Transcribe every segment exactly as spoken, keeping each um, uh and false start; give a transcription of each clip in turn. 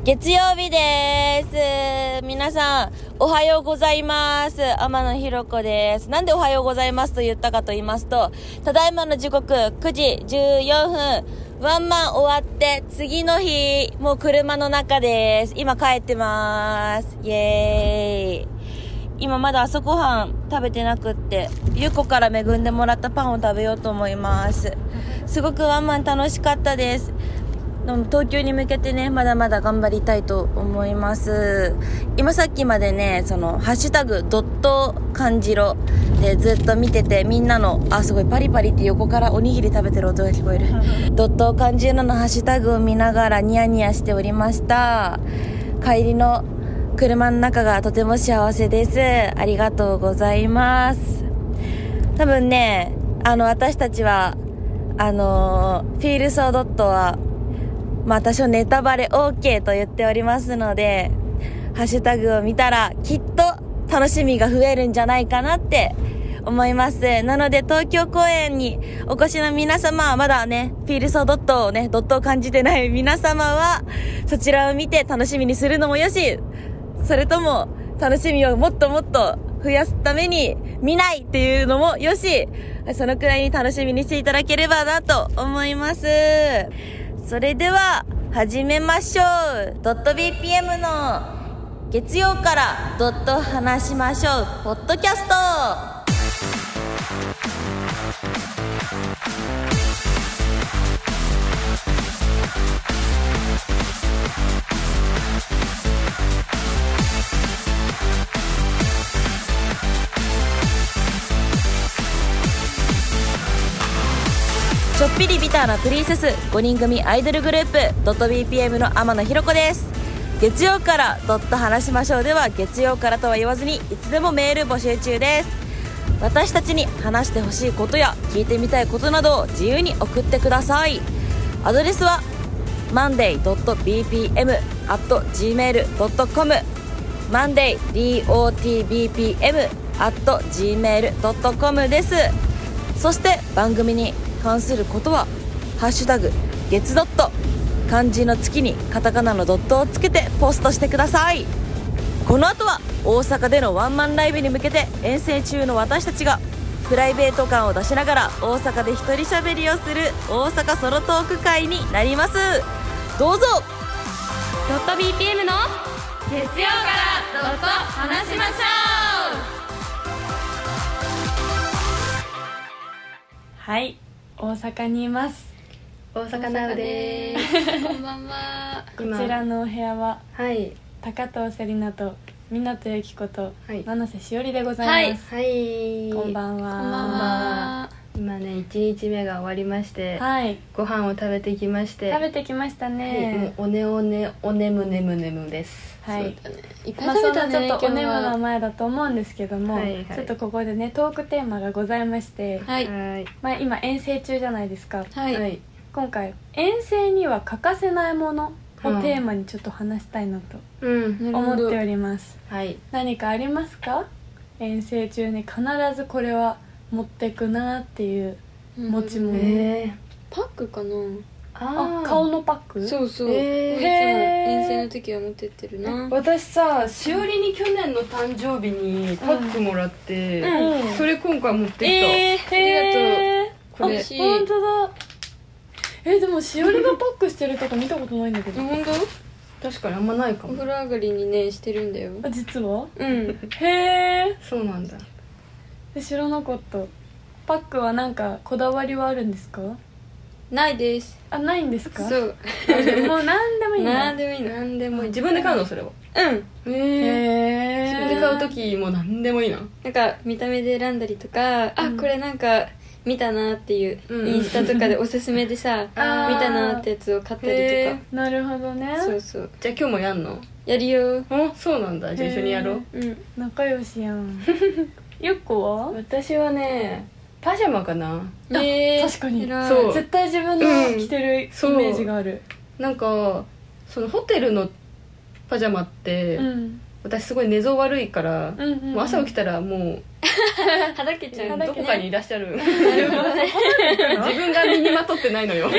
月曜日です。皆さんおはようございます。天野ひろ子です。なんでおはようございますと言ったかと言いますと、ただいまの時刻くじじゅうよんぷん、ワンマン終わって次の日、もう車の中です。今帰ってます。イエーイ。今まだ朝ごはん食べてなくって、ゆうこから恵んでもらったパンを食べようと思います。すごくワンマン楽しかったです。東京に向けてね、まだまだ頑張りたいと思います。今さっきまでね、そのハッシュタグドット漢字ろでずっと見てて、みんなのあすごいパリパリって横からおにぎり食べてる音が聞こえるドット漢字ろのハッシュタグを見ながらニヤニヤしておりました。帰りの車の中がとても幸せです。ありがとうございます。多分ね、あの私たちはあのフィールソードットはまあ多少ネタバレ OK と言っておりますので、ハッシュタグを見たらきっと楽しみが増えるんじゃないかなって思います。なので東京公演にお越しの皆様、まだねフィールソードットをねドットを感じてない皆様はそちらを見て楽しみにするのもよし、それとも楽しみをもっともっと増やすために見ないっていうのもよし、そのくらいに楽しみにしていただければなと思います。それでは始めましょう。ドット ビーピーエム の月曜からドット話しましょうポッドキャスト。ちょっぴりビターなプリンセスごにん組アイドルグループドット ビーピーエム の天野ひろ子です。月曜からドット話しましょうでは、月曜からとは言わずにいつでもメール募集中です。私たちに話してほしいことや聞いてみたいことなどを自由に送ってください。アドレスは マンデードットビーピーエム アット ジーメール ドット コム マンデー ドット ビーピーエム アット ジーメール ドット コム です。そして番組に関することはハッシュタグ月ドット、漢字の月にカタカナのドットをつけてポストしてください。この後は大阪でのワンマンライブに向けて遠征中の私たちがプライベート感を出しながら大阪で一人喋りをする大阪ソロトーク会になります。どうぞ。 ドット ビーピーエム の月曜からドット話しましょう。 はい、大阪にいます。 大阪なうでーす。こんばんは。 こちらのお部屋は、 はい、 高藤セリナと湊由紀子と、はい、七瀬しおりでございます。 はい、 こんばんは。 こんばんは。今ねいちにちめが終わりまして、はい、ご飯を食べてきまして。 食べてきましたね。 はい、もうおねおねおねむねむねむです。 はい。 そうだね。 いっぱい食べたね。まあ、そんなちょっとおねむの前だと思うんですけども、はいはい、ちょっとここでねトークテーマがございまして、はい。まあ今遠征中じゃないですか。はい。今回遠征には欠かせないものをテーマにちょっと話したいなと思っております。うん、はい。何かありますか？遠征中に必ずこれは持ってくなっていう持ち物。 えー、パックかな。 あ、顔のパック。 そうそう、えー、いつも遠征の時は持ってってるな。 私さ、しおりに去年の誕生日にパックもらって、うん、それ今回持ってきた。 えー、ありがとう。これ本当だ。えー、でもしおりがパックしてるとこ見たことないんだけど。 本当？確かにあんまないかも。 お風呂上がりにねしてるんだよ。 あ、実は？ うん。 へえ。 そうなんだ。 知らなかった。パックはなんかこだわりはあるんですか？ ないです。 あ、ないんですか？ そう。 もう何でもいいの。 何でもいいの。 何でもいい。自分で買うのそれは？ うん。 へえ。自分で買う時も何でもいいの？ なんか見た目で選んだりとか、うん、あ、これなんか見たなっていう、うん、インスタとかでおすすめでさ、見たなってやつを買ったりとか。 なるほどね。 そうそう。 じゃあ今日もやんの？ やるよ。 あ、そうなんだ。じゃあ一緒にやろう。 うん。仲良しやん。ゆっこは？ 私はね、パジャマかな。 えー、確かに。 そう。 絶対自分の着てるイメージがある。 うん、なんかそのホテルのパジャマって、うん、 私すごい寝相悪いから、うんうんうん、もう朝起きたらもうはだけちゃう、 どこかにいらっしゃる、ね、自分が身にまとってないのよ。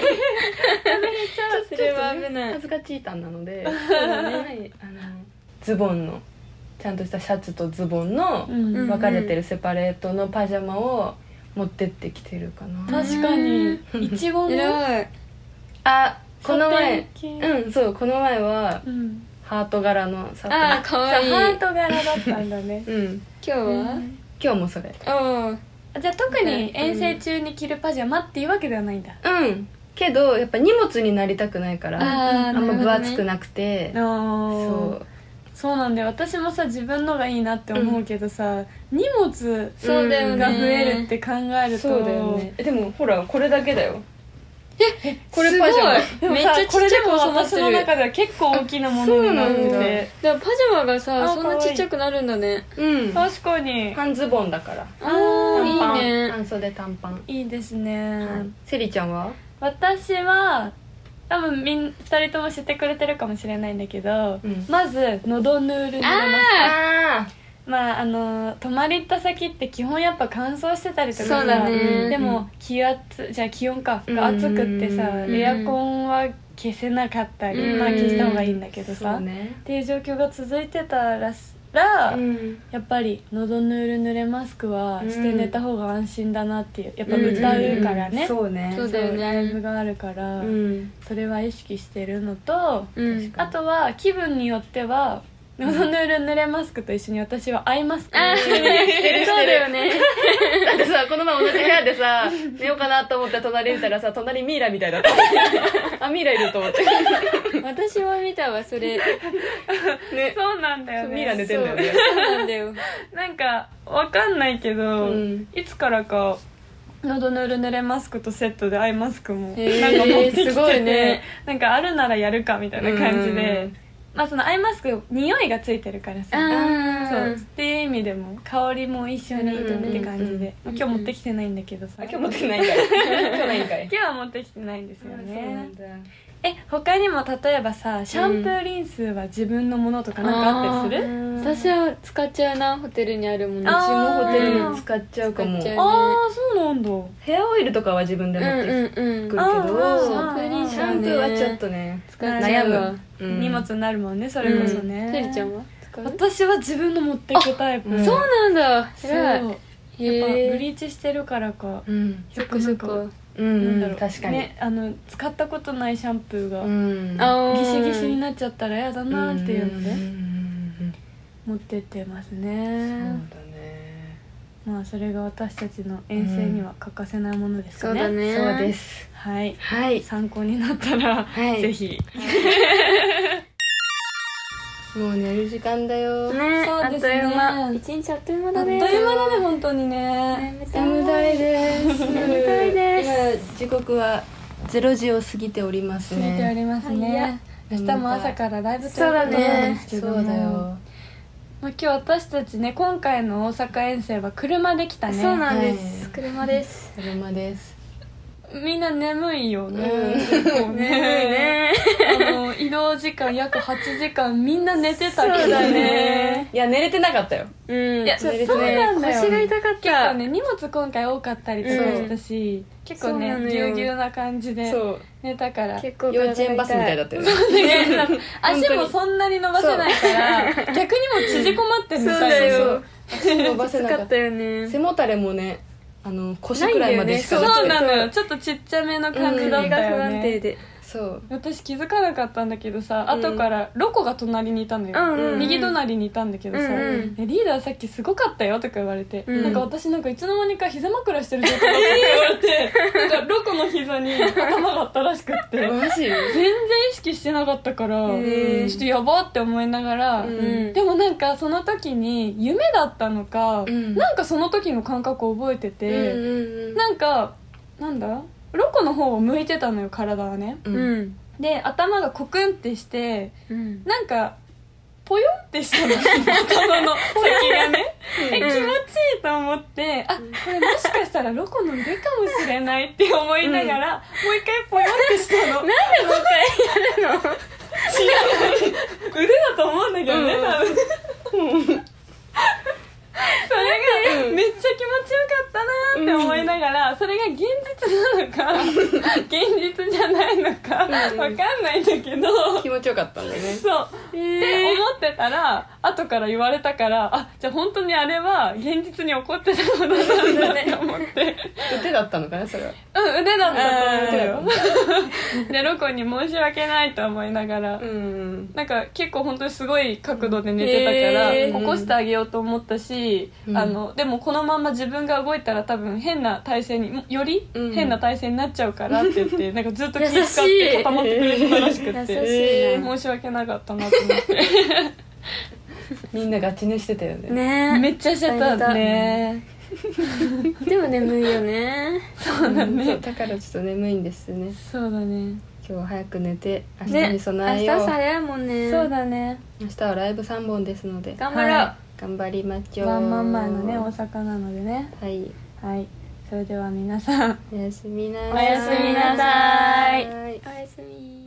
それは危ない。 恥ずかチータンなので、そうだね、はい、あのズボンのちゃんとしたシャツとズボンの分かれてるセパレートのパジャマを持ってってきてるかな。 確かにいちごのあ、この前うんそうこの前は、うん、ハート柄のサテン。 あーかわいい。 ハート柄だったんだね。 うん、 今日は、うん、 今日もそれ。 あじゃあ特に遠征中に着るパジャマっていうわけではないんだ。 うんけどやっぱ荷物になりたくないから あ, あんま分厚くなくて、 あそうそうなんだよ。私もさ自分のがいいなって思うけどさ、うん、荷物そうだよねが増えるって考えると、 そうだよね。でもほらこれだけだよ。 えこれパジャマめっちゃちっちゃいもの私の中では結構大きなものになってて、 でもパジャマがさそんなちっちゃくなるんだね。 うん、確かに半ズボンだから。 あーいいね。 半袖短パンいいですね、はい、 セリちゃんは？ 私は多分みんふたりとも知ってくれてるかもしれないんだけど、うん、まず喉ヌール塗れます。あまああの泊まり行った先って基本やっぱ乾燥してたりとかさ、 そうだね、 でも気圧じゃあ気温かが暑くってさ、うん、エアコンは消せなかったり、うん、まあ消した方がいいんだけどさ、ね、っていう状況が続いてたらら、うん、やっぱり喉ヌール濡れマスクはして寝た方が安心だなっていう、やっぱ歌うからね、 うんうんうん、そうねそうだよね、ライブがあるから、うん、それは意識してるのと、うん、あとは気分によっては喉ヌール濡れマスクと一緒に私はアイマスクあしてるしてるそうだよね。 だってさこの前同じ部屋でさ寝ようかなと思って隣見たらさ隣ミイラみたいだったあミイラいると思って私も見たわそれ、ね、 そうなんだよね。 ミイラ寝てんだよね。 そうなんだよ。 なんかわかんないけど、うん、いつからか喉ヌール濡れマスクとセットでアイマスクもなんか持ってきてて、すごいね、なんかあるならやるかみたいな感じで、まあそのアイマスク匂いがついてるからさ、そうっていう意味でも香りも一緒にって感じで、まあ、今日持ってきてないんだけどさ、 今日持ってきてないんかい今日ないんかい今日は持ってきてないんですよね。え他にも例えばさシャンプーリンスは自分のものとかなんかあったりする？ うん、私は使っちゃうな、ホテルにあるもの。 うちもホテルに使っちゃうかも。 ね、ああそうなんだ。 ヘアオイルとかは自分で持ってくるけど、うんうんうん、シャンプーリンス、シャンプーはちょっとね悩む、 うん、荷物になるもんねそれこそね。 セリ、うん、ちゃんは私は自分の持っていくタイプ。 うん、そうなんだ。 そうやっぱブリーチしてるからか、 うん、そっかそっか、 うん、なんだろう、 確かに、 ね、あの使ったことないシャンプーが、うん、ギシギシになっちゃったら嫌だなっていうので、うん、持ってってますね。 そうだね。 まあそれが私たちの遠征には欠かせないものですかね。 そうだね。 そうです。 はい、 はい、 参考になったら、はい、ぜひもう寝る時間だよね。 そうですね、 一日あっという間だね。 あっという間だね本当にね。 眠たいです眠たいです。 今時刻はゼロじを過ぎておりますね。 過ぎておりますね。明日も朝からライブということなんですけども、 そうだよ。 まあ、今日私たちね今回の大阪遠征は車で来たね。 そうなんです、はい、車です車です。 みんな眠いよね、 うん、結構ね眠いね。 あの移動時間約はちじかんみんな寝てたけどね。 そうだね。 いや寝れてなかったよ。 うん、 いやそうなんだよ。 腰が痛かった。 結構ね荷物今回多かったりとかしたし、うん、結構ねぎゅうぎゅうな感じで寝たから結構幼稚園バスみたいだったよね。 足もそんなに伸ばせないから逆にも縮こまってるんですよ。 そうだよ。 足伸ばせなかったよね。 背もたれもねあの腰くらいまでしかなくて、 そうなのよ。ちょっとちっちゃめの感じだったよね。 首が不安定で。 そう私気づかなかったんだけどさ、うん、後からロコが隣にいたのよ、うんうんうん、右隣にいたんだけどさ、うんうん、リーダーさっきすごかったよとか言われて、うん、なんか私なんかいつの間にか膝枕してる状態だったって言われてなんかロコの膝に頭があったらしくってマジ全然意識してなかったからちょっとやばって思いながら、うん、でもなんかその時に夢だったのか、うん、なんかその時の感覚を覚えてて、うんうんうん、なんかなんだロコの方を向いてたのよ体はね、うん、で頭がコクンってして、うん、なんかポヨンってしたの頭の先がねえ気持ちいいと思ってあこれもしかしたらロコの腕かもしれないって思いながら、うん、もう一回ポヨンってしたの。 なんでもう一回やるの？ 違う腕だと思うんだけどね、うん、多分わかんないんだけど気持ちよかったんだよね。 そう、えー、って思ってたら後から言われたから、あ、じゃあ本当にあれは現実に起こってたことなんだって思って腕だったのかなそれは。 うん、腕だったと思うよでロコに申し訳ないと思いながら、うん、なんか結構本当にすごい角度で寝てたから起こしてあげようと思ったし、うん、あのでもこのまま自分が動いたら多分変な体勢により変な体勢になっちゃうからって言って、うん、なんかずっと気遣って固まってくれてたらしくって、申し訳なかったなと思ってみんなガチ寝してたよね。 ね、 めっちゃしてたねでも眠いよね。 そうだね、 だからちょっと眠いんですね。 そうだね、 今日は早く寝て明日に備えよう、 ね、明日早いもんね。 そうだね、 明日はライブさんぼんですので頑張ろう、はい、 頑張りましょう。 ワンマン前のね大阪なのでね。 はいはい、それでは皆さんおやすみなさい。 おやすみなさい。 おやすみ。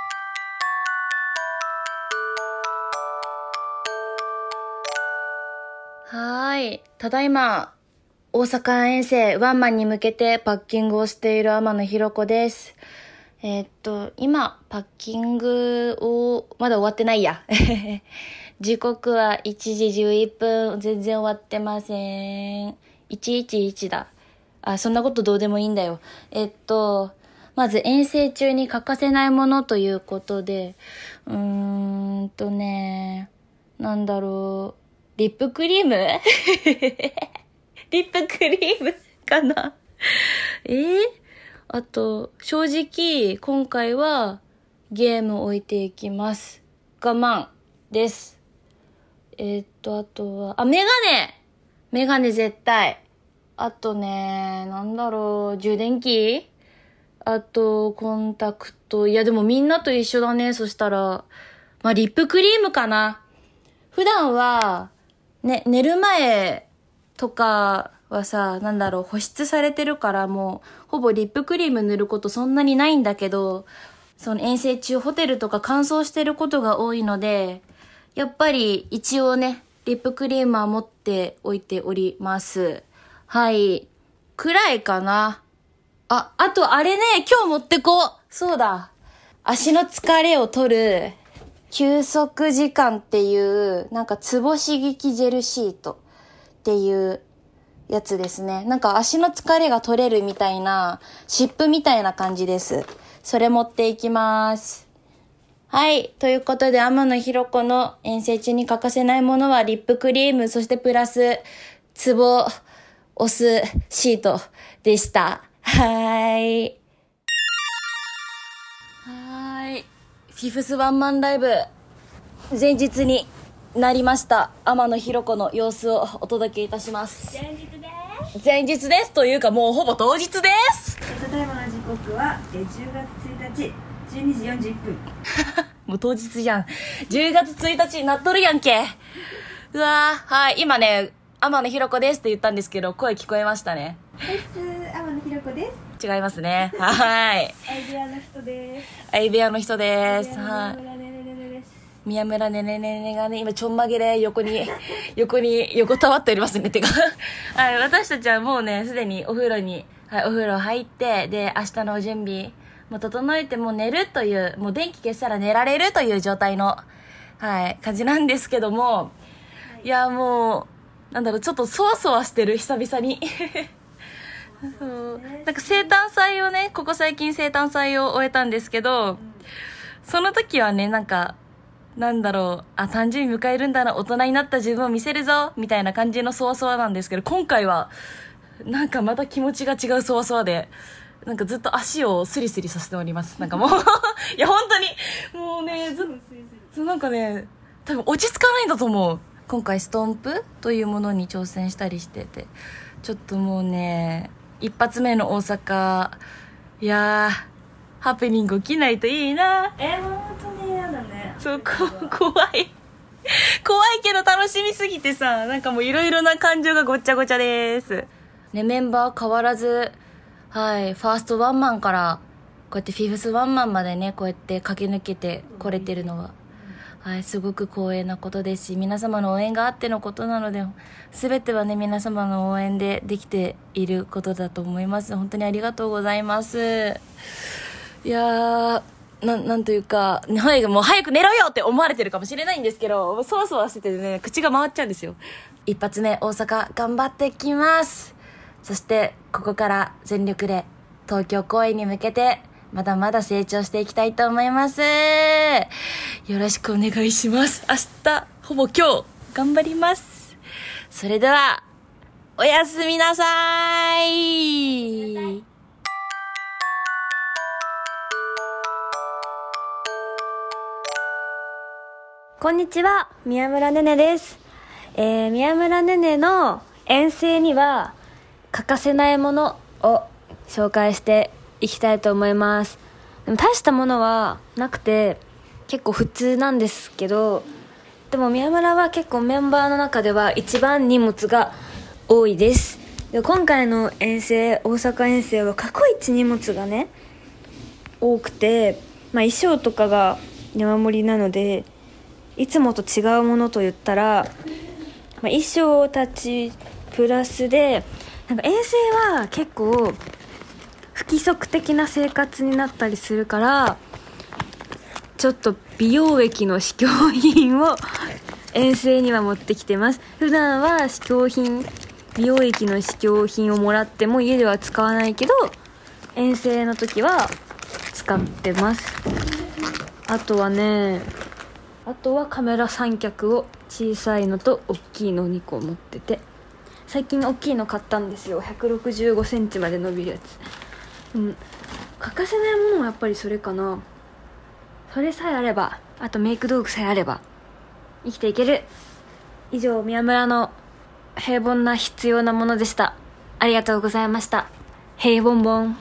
はーい。ただいま、大阪遠征ワンマンに向けてパッキングをしている天野ひろ子です。えー、っと、今、パッキングを、まだ終わってないや。時刻はいちじじゅういっぷん、全然終わってません。いちいちいちだ。あ、そんなことどうでもいいんだよ。えっと、まず遠征中に欠かせないものということで、うーんとね、なんだろう。リップクリームリップクリームかなえー、あと、正直、今回はゲームを置いていきます。我慢です。えー、っと、あとは、あ、メガネメガネ絶対。あとね、なんだろう、充電器あと、コンタクト。いや、でもみんなと一緒だね。そしたら、まあ、リップクリームかな。普段は、ね、寝る前とかはさ、なんだろう、保湿されてるからもう、ほぼリップクリーム塗ることそんなにないんだけど、その遠征中ホテルとか乾燥してることが多いので、やっぱり一応ね、リップクリームは持っておいております。はい。くらいかな。あ、あとあれね、今日持ってこう。そうだ。足の疲れを取る、休息時間っていう、なんかツボ刺激ジェルシートっていうやつですね。なんか足の疲れが取れるみたいな、湿布みたいな感じです。それ持っていきます。はい。ということで、天野ひろ子の遠征中に欠かせないものはリップクリーム、そしてプラス、ツボ押すシートでした。はーい。はーい。フィフスワンマンライブ前日になりました。天野ひろ子の様子をお届けいたします。 前日です前日ですというかもうほぼ当日です。 ただいまの時刻はじゅうがつついたちじゅうにじよんじゅういっぷんもう当日じゃん。じゅうがつついたちになっとるやんけ。うわー、はい。今ね、天野ひろ子ですって言ったんですけど声聞こえましたね。 はい、天野ひろ子です。 違いますね。はい。 相部屋の人です。 相部屋の人です。はい。 ねねねねです。 宮村ねねねねがね、今ちょんまげで横に、横に、横たわっておりますね。てか。はい、私たちはもうね、すでにお風呂に、はい、お風呂入って、で、明日の準備もう整えてもう寝るという、もう電気消したら寝られるという状態の、はい、感じなんですけども、はい、いや、もう、なんだろう、ちょっとそわそわしてる、久々に。そうなんか生誕祭をね、ここ最近生誕祭を終えたんですけど、うん、その時はね、なんか、なんだろう、あ、誕生日迎えるんだな、大人になった自分を見せるぞ、みたいな感じのそわそわなんですけど、今回は、なんかまた気持ちが違うそわそわで、なんかずっと足をスリスリさせております。なんかもう、いや本当に、もうね、ずっと、なんかね、多分落ち着かないんだと思う。今回ストンプというものに挑戦したりしてて、ちょっともうね、一発目の大阪、いやー、ハプニング起きないといいな。 えー、もう本当に嫌だね。 そう、こ怖い。怖いけど楽しみすぎてさ、なんかもういろいろな感情がごっちゃごちゃです。ね、メンバー変わらず、はい、ファーストワンマンから、こうやってフィフスワンマンまでね、こうやって駆け抜けてこれてるのは、はい、すごく光栄なことですし、皆様の応援があってのことなので、すべてはね、皆様の応援でできていることだと思います。本当にありがとうございます。いやー、 な、なんというか、はい、もう早く寝ろよって思われてるかもしれないんですけど、そわそわしててね、口が回っちゃうんですよ。一発目、大阪頑張ってきます。そして、ここから全力で東京公演に向けて、まだまだ成長していきたいと思います。よろしくお願いします。明日、ほぼ今日、頑張ります。それでは、おやすみなさい。 こんにちは、宮村ねねです。えー、宮村ねねの遠征には欠かせないものを紹介していきたいと思います。でも大したものはなくて結構普通なんですけど、でも宮村は結構メンバーの中では一番荷物が多いです。で今回の遠征、大阪遠征は過去一荷物がね多くて、まあ、衣装とかが山盛りなので、いつもと違うものと言ったら、まあ、衣装たちプラスで、なんか遠征は結構不規則的な生活になったりするから、ちょっと美容液の試供品を遠征には持ってきてます。普段は試供品、美容液の試供品をもらっても家では使わないけど、遠征の時は使ってます。あとはね、あとはカメラ三脚を小さいのと大きいのにこ持ってて、最近大きいの買ったんですよ。ひゃくろくじゅうごセンチまで伸びるやつ。うん、欠かせないものはやっぱりそれかな。それさえあれば、あとメイク道具さえあれば生きていける。以上、宮村の平凡な必要なものでした。ありがとうございました。平凡ボン。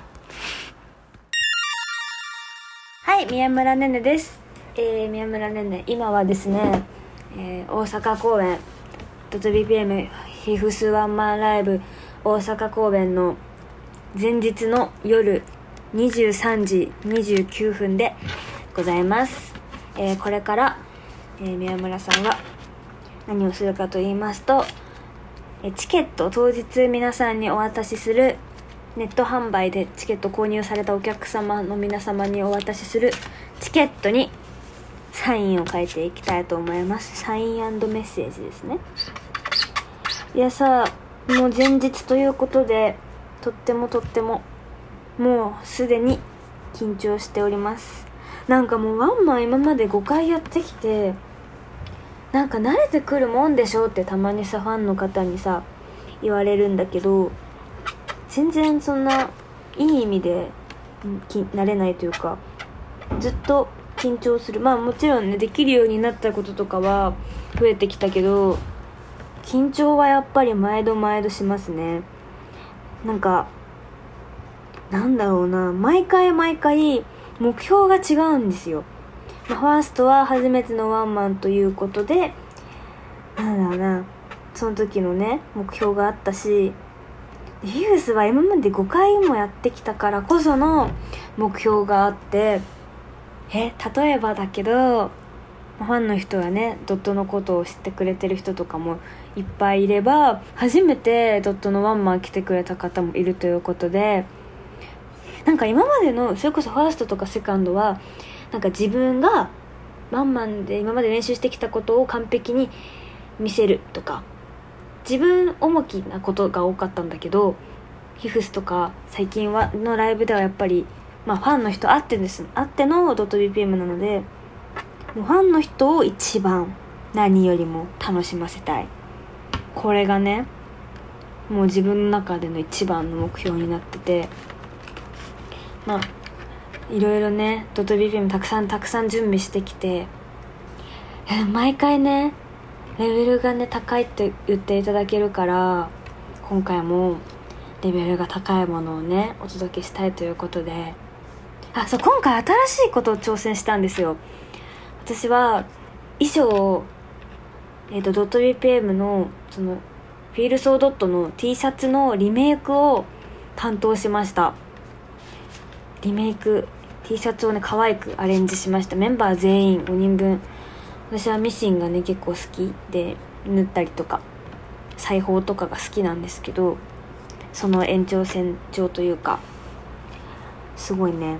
はい、宮村ねねです。えー、宮村ねね、今はですね、えー、大阪公演 ドット ビーピーエム ヒフスワンマンライブ大阪公演の前日の夜にじゅうさんじにじゅうきゅうふんでございます。えー、これから、えー、宮村さんは何をするかと言いますと、えー、チケット当日皆さんにお渡しする、ネット販売でチケット購入されたお客様の皆様にお渡しするチケットにサインを書いていきたいと思います。サイン&メッセージですね。いやさ、もう前日ということで、とってもとってももうすでに緊張しております。なんかもうワンマン今までごかいやってきて、なんか慣れてくるもんでしょってたまにさ、ファンの方にさ言われるんだけど、全然そんないい意味で慣れないというか、ずっと緊張する。まあもちろんね、できるようになったこととかは増えてきたけど、緊張はやっぱり毎度毎度しますね。なんかなんだろうな、毎回毎回目標が違うんですよ。ファーストは初めてのワンマンということで、なんだろうな、その時のね目標があったし、ヒュースは今までごかいもやってきたからこその目標があって、え例えばだけど、ファンの人はねドットのことを知ってくれてる人とかもいっぱいいれば、初めてドットのワンマン来てくれた方もいるということで、なんか今までのそれこそファーストとかセカンドはなんか自分がワンマンで今まで練習してきたことを完璧に見せるとか自分重きなことが多かったんだけど、ヒフスとか最近はのライブではやっぱりまあファンの人あってですあっての ドット ビーピーエム なので、もうファンの人を一番何よりも楽しませたい。これがねもう自分の中での一番の目標になってて、まあいろいろね ドット ビーピーエム たくさんたくさん準備してきて、毎回ねレベルがね高いって言っていただけるから、今回もレベルが高いものをねお届けしたいということで、あ、そう、今回新しいことを挑戦したんですよ。私は衣装を、えーと、ドット ビーピーエム のそのフィールソードットの T シャツのリメイクを担当しました。リメイク T シャツをね可愛くアレンジしました。メンバー全員ごにんぶん。私はミシンがね結構好きで、縫ったりとか裁縫とかが好きなんですけど、その延長線上というかすごいね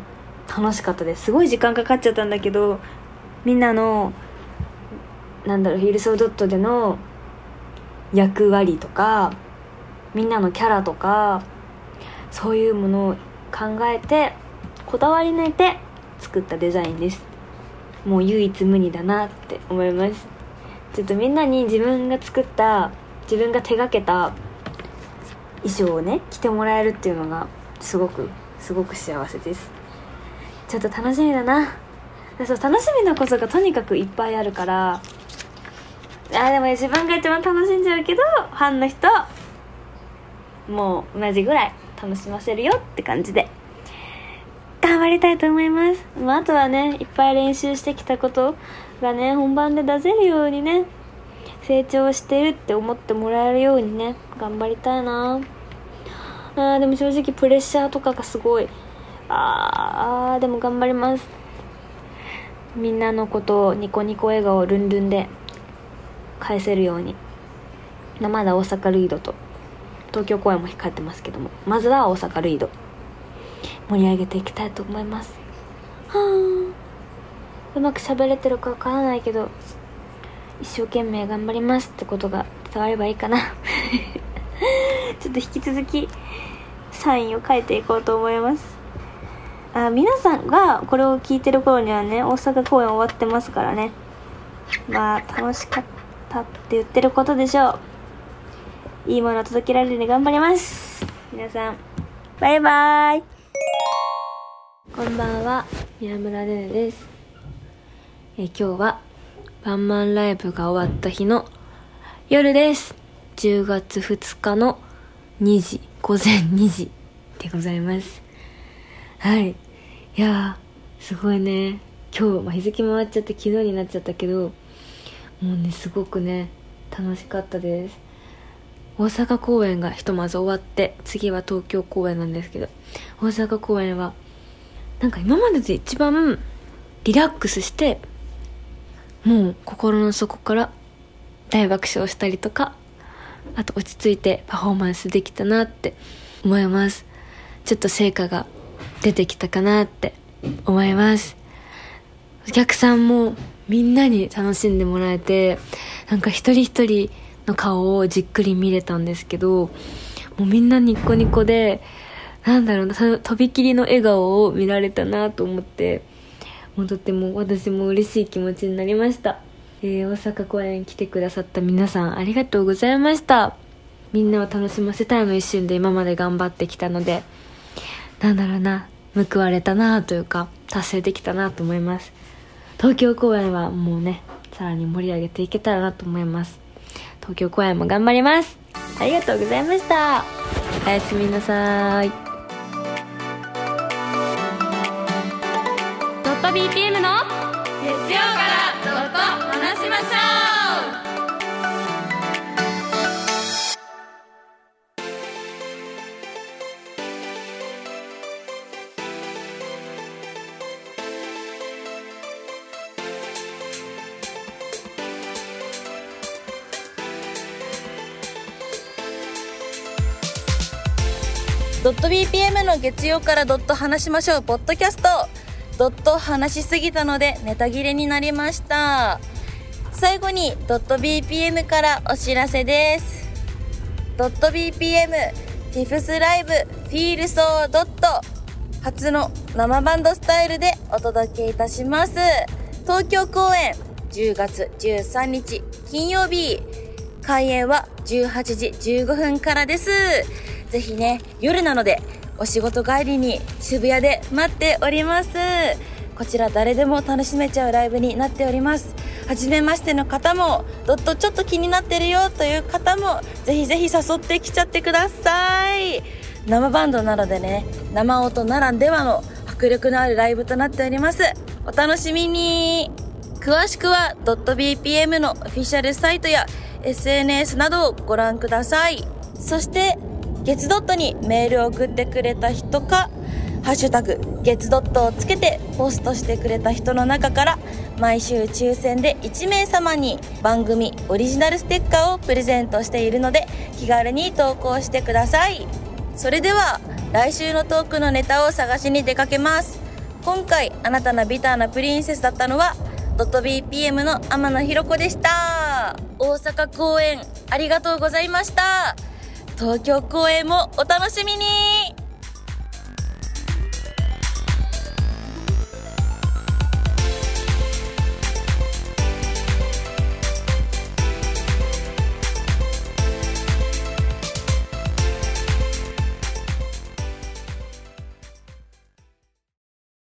楽しかったです。すごい時間かかっちゃったんだけど、みんなのなんだろうフィールソードットでの役割とかみんなのキャラとかそういうものを考えてこだわり抜いて作ったデザインです。もう唯一無二だなって思います。ちょっとみんなに自分が作った自分が手がけた衣装をね着てもらえるっていうのがすごくすごく幸せです。ちょっと楽しみだな。そう楽しみなことがとにかくいっぱいあるから、あでも自分が一番楽しんじゃうけどファンの人もう同じぐらい楽しませるよって感じで頑張りたいと思います。まあ、あとはねいっぱい練習してきたことがね本番で出せるようにね成長してるって思ってもらえるようにね頑張りたいな。あーでも正直プレッシャーとかがすごいあーでも頑張ります。みんなのことをニコニコ笑顔ルンルンで返せるように、まだ大阪ルイドと東京公演も控えてますけども、まずは大阪ルイド盛り上げていきたいと思います。はーうまく喋れてるかわからないけど一生懸命頑張りますってことが伝わればいいかなちょっと引き続きサインを書いていこうと思います。あ皆さんがこれを聞いてる頃にはね大阪公演終わってますからね、まあ楽しかったって言ってることでしょう。いいものを届けられるように頑張ります。皆さんバイバイ。こんばんは、宮村ねねです。え今日はワンマンライブが終わった日の夜です。じゅうがつふつかのにじごぜんにじでございます。はい、いやーすごいね今日、まあ、日付回っちゃって昨日になっちゃったけどもうねすごくね楽しかったです。大阪公演がひとまず終わって次は東京公演なんですけど、大阪公演はなんか今までで一番リラックスしてもう心の底から大爆笑したりとか、あと落ち着いてパフォーマンスできたなって思います。ちょっと成果が出てきたかなって思います。お客さんもみんなに楽しんでもらえて、なんか一人一人の顔をじっくり見れたんですけど、もうみんなニッコニコでなんだろうな、とびきりの笑顔を見られたなと思って、もうとっても私も嬉しい気持ちになりました。えー、大阪公演来てくださった皆さんありがとうございました。みんなを楽しませたいの一瞬で今まで頑張ってきたので、なんだろうな、報われたなというか達成できたなと思います。東京公演はもうねさらに盛り上げていけたらなと思います。東京公演も頑張ります。ありがとうございました。おやすみなさい。 ドット ビーピーエム の月曜からドット話しましょう。 ドット ビーピーエム の月曜からドット話しましょうポッドキャスト、ドット話しすぎたのでネタ切れになりました。最後に ドット ビーピーエム からお知らせです。 ドット ビーピーエム ティフスライブフィールソードット初の生バンドスタイルでお届けいたします。東京公演じゅうがつじゅうさんにち金曜日、開演はじゅうはちじじゅうごふんからです。ぜひね、夜なのでお仕事帰りに渋谷で待っております。こちら誰でも楽しめちゃうライブになっております。初めましての方も、ドットちょっと気になってるよという方もぜひぜひ誘ってきちゃってください。生バンドなのでね、生音ならではの迫力のあるライブとなっております。お楽しみに。詳しくは ドット ビーピーエム のオフィシャルサイトや エスエヌエス などをご覧ください。そして月ドットにメールを送ってくれた人か、ハッシュタグ月ドットをつけてポストしてくれた人の中から毎週抽選でいちめいさまに番組オリジナルステッカーをプレゼントしているので、気軽に投稿してください。それでは来週のトークのネタを探しに出かけます。 今回あなたのビターなプリンセスだったのはドット ビーピーエム の天野ひろ子でした。大阪公演ありがとうございました。東京公演もお楽しみに。